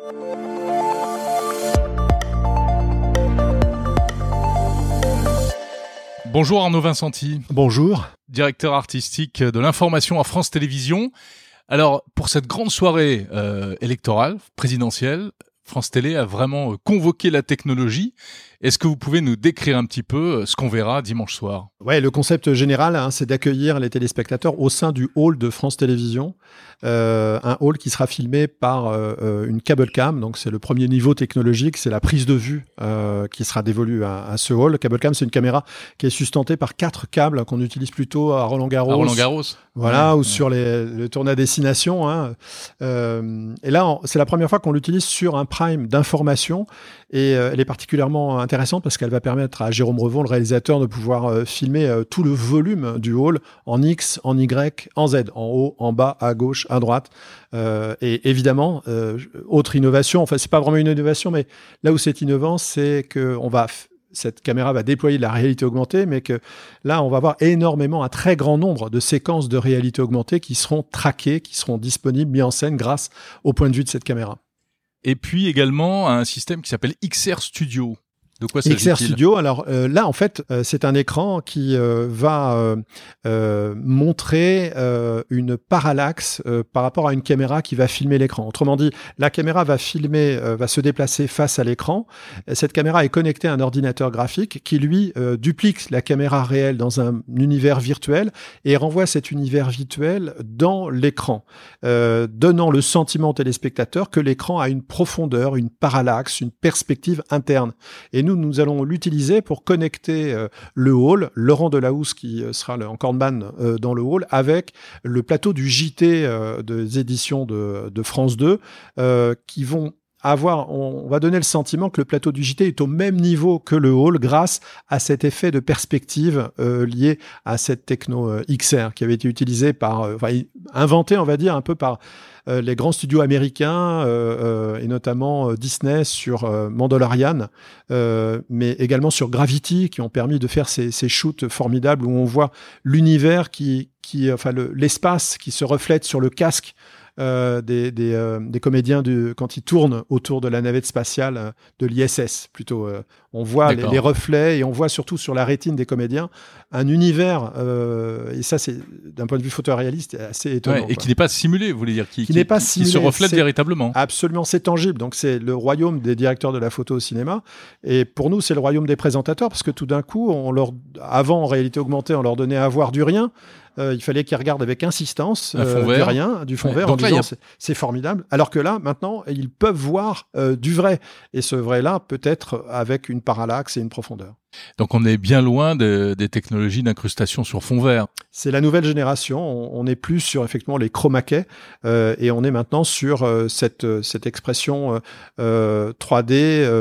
Bonjour Arnaud Vincenti. Bonjour. Directeur artistique de l'information à France Télévisions. Alors, pour cette grande soirée électorale, présidentielle, France Télé a vraiment convoqué la technologie. Est-ce que vous pouvez nous décrire un petit peu ce qu'on verra dimanche soir ? Ouais, le concept général, c'est d'accueillir les téléspectateurs au sein du hall de France Télévisions. Un hall qui sera filmé par une cable cam, donc c'est le premier niveau technologique, c'est la prise de vue qui sera dévolue à ce hall. Le cable cam, c'est une caméra qui est sustentée par 4 câbles qu'on utilise plutôt à Roland-Garros. À Roland-Garros. Voilà, ou sur le tournoi à destination. Et là, c'est la première fois qu'on l'utilise sur un prime d'information, et elle est particulièrement intéressante parce qu'elle va permettre à Jérôme Revon, le réalisateur, de pouvoir filmer tout le volume du hall en X, en Y, en Z, en haut, en bas, à gauche, à droite. Et évidemment, autre innovation, enfin c'est pas vraiment une innovation, mais là où c'est innovant, c'est que cette caméra va déployer de la réalité augmentée, mais que là, on va avoir un très grand nombre de séquences de réalité augmentée qui seront traquées, qui seront disponibles, mis en scène grâce au point de vue de cette caméra. Et puis également un système qui s'appelle XR Studio. De quoi s'agit-il ? XR Studio, alors là, en fait, c'est un écran qui va montrer une parallaxe par rapport à une caméra qui va filmer l'écran. Autrement dit, la caméra va se déplacer face à l'écran. Cette caméra est connectée à un ordinateur graphique qui, lui, duplique la caméra réelle dans un univers virtuel et renvoie cet univers virtuel dans l'écran, donnant le sentiment au téléspectateur que l'écran a une profondeur, une parallaxe, une perspective interne. Et nous allons l'utiliser pour connecter le hall, Laurent Delahousse qui sera en cornman dans le hall, avec le plateau du JT des éditions de France 2, qui vont on va donner le sentiment que le plateau du JT est au même niveau que le hall grâce à cet effet de perspective lié à cette techno XR qui avait été utilisée inventée, on va dire, un peu par les grands studios américains et notamment Disney sur Mandalorian, mais également sur Gravity, qui ont permis de faire ces shoots formidables où on voit l'univers l'espace qui se reflète sur le casque des comédiens quand ils tournent autour de la navette spatiale de l'ISS plutôt. On voit les reflets et on voit surtout sur la rétine des comédiens un univers, et ça c'est d'un point de vue photoréaliste assez étonnant. Ouais, et qui n'est pas simulé, vous voulez dire, qui se reflète véritablement. Absolument, c'est tangible. Donc c'est le royaume des directeurs de la photo au cinéma, et pour nous c'est le royaume des présentateurs, parce que tout d'un coup, avant en réalité augmentée, on leur donnait à voir du rien. Il fallait qu'ils regardent avec insistance du fond vert, en disant c'est formidable. Alors que là, maintenant, ils peuvent voir du vrai. Et ce vrai-là peut être avec une parallaxe et une profondeur. Donc on est bien loin des technologies d'incrustation sur fond vert. C'est la nouvelle génération. On est plus sur effectivement les chroma keys, et on est maintenant sur cette expression 3D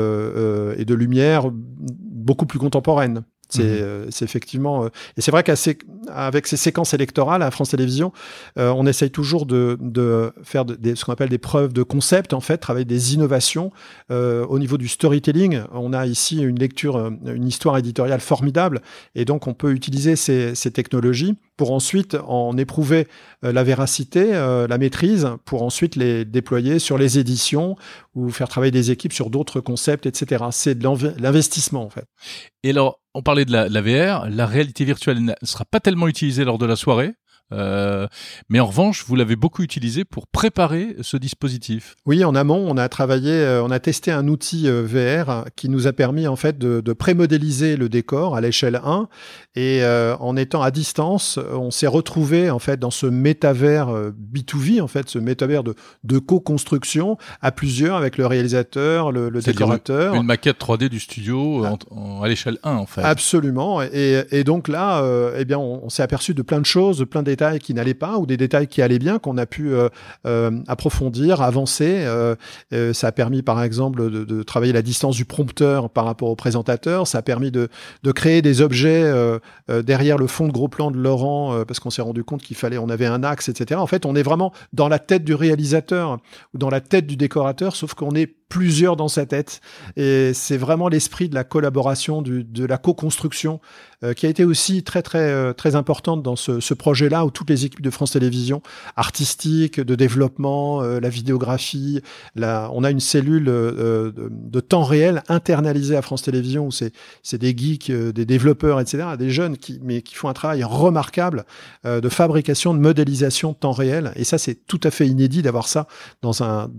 et de lumière beaucoup plus contemporaine. C'est effectivement, et c'est vrai qu'avec ces séquences électorales à France Télévisions, on essaye toujours de faire ce qu'on appelle des preuves de concept, en fait, travailler des innovations au niveau du storytelling. On a ici une histoire éditoriale formidable, et donc on peut utiliser ces technologies pour ensuite en éprouver la véracité, la maîtrise, pour ensuite les déployer sur les éditions ou faire travailler des équipes sur d'autres concepts, etc. C'est de l'investissement, en fait. Et alors, on parlait de la VR, la réalité virtuelle ne sera pas tellement utilisée lors de la soirée. Mais en revanche, vous l'avez beaucoup utilisé pour préparer ce dispositif. Oui, en amont, on a testé un outil VR qui nous a permis en fait de prémodéliser le décor à l'échelle 1, et en étant à distance, on s'est retrouvé en fait dans ce métavers B2V, en fait, ce métavers de co-construction à plusieurs avec le réalisateur, le décorateur. Une maquette 3D du studio à l'échelle 1 en fait. Absolument, et donc là, on s'est aperçu de plein de choses, de plein de détails qui n'allaient pas ou des détails qui allaient bien, qu'on a pu approfondir, avancer. Ça a permis par exemple de travailler la distance du prompteur par rapport au présentateur. Ça a permis de créer des objets derrière le fond de gros plan de Laurent, parce qu'on s'est rendu compte on avait un axe, etc. En fait, on est vraiment dans la tête du réalisateur ou dans la tête du décorateur, sauf qu'on est plusieurs dans sa tête. Et c'est vraiment l'esprit de la collaboration, de la co-construction, qui a été aussi très importante dans ce projet-là, où toutes les équipes de France Télévisions, artistiques, de développement, la vidéographie, on a une cellule de temps réel internalisée à France Télévisions, où c'est des geeks, des développeurs, etc., des jeunes qui font un travail remarquable de fabrication, de modélisation de temps réel. Et ça, c'est tout à fait inédit d'avoir ça dans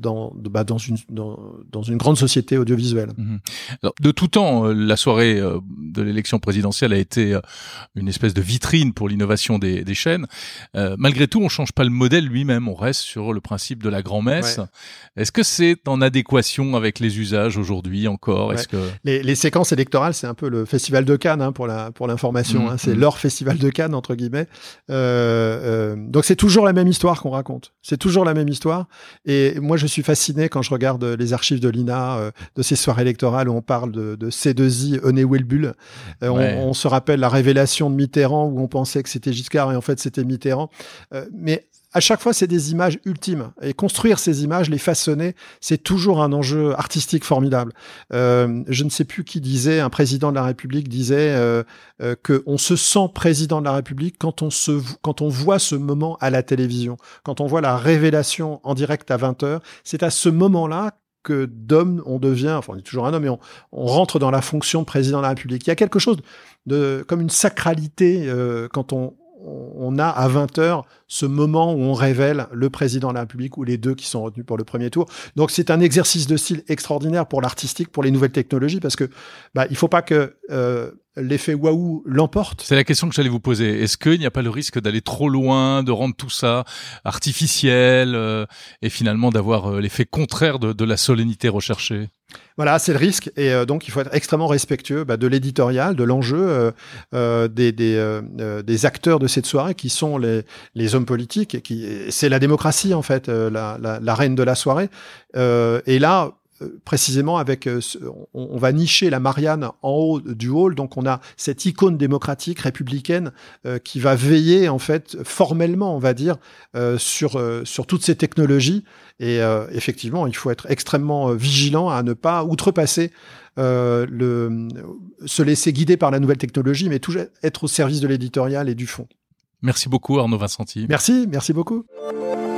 une grande société audiovisuelle. Alors, de tout temps, la soirée de l'élection présidentielle a été une espèce de vitrine pour l'innovation des chaînes. Malgré tout, on change pas le modèle lui-même, on reste sur le principe de la grand-messe. Ouais. Est-ce que c'est en adéquation avec les usages aujourd'hui encore? Est-ce que les séquences électorales, c'est un peu le festival de Cannes pour l'information. C'est leur festival de Cannes entre guillemets. Donc c'est toujours la même histoire qu'on raconte. C'est toujours la même histoire. Et moi, je suis fasciné quand je regarde les archives de l'INA, de ces soirées électorales où on parle de C2I, René Welbull. On se rappelle la révélation de Mitterrand où on pensait que c'était Giscard et en fait c'était Mitterrand. Mais à chaque fois, c'est des images ultimes. Et construire ces images, les façonner, c'est toujours un enjeu artistique formidable. Je ne sais plus qui disait, un président de la République disait que on se sent président de la République quand on voit ce moment à la télévision, quand on voit la révélation en direct à 20h. C'est à ce moment-là que d'homme on devient, enfin on est toujours un homme, mais on rentre dans la fonction de président de la République. Il y a quelque chose comme une sacralité quand on a à 20h ce moment où on révèle le président de la République ou les deux qui sont retenus pour le premier tour. Donc c'est un exercice de style extraordinaire pour l'artistique, pour les nouvelles technologies, parce que il faut pas que l'effet waouh l'emporte. C'est la question que j'allais vous poser. Est-ce qu'il n'y a pas le risque d'aller trop loin, de rendre tout ça artificiel et finalement d'avoir l'effet contraire de la solennité recherchée? Voilà, c'est le risque. Et donc, il faut être extrêmement respectueux de l'éditorial, de l'enjeu, des acteurs de cette soirée qui sont les hommes politiques. Et c'est la démocratie, en fait, la reine de la soirée. Et là, précisément on va nicher la Marianne en haut du hall, donc on a cette icône démocratique républicaine qui va veiller en fait formellement, on va dire, sur toutes ces technologies. Et effectivement, il faut être extrêmement vigilant à ne pas outrepasser se laisser guider par la nouvelle technologie, mais toujours être au service de l'éditorial et du fond. Merci beaucoup Arnaud Vincenti. Merci beaucoup.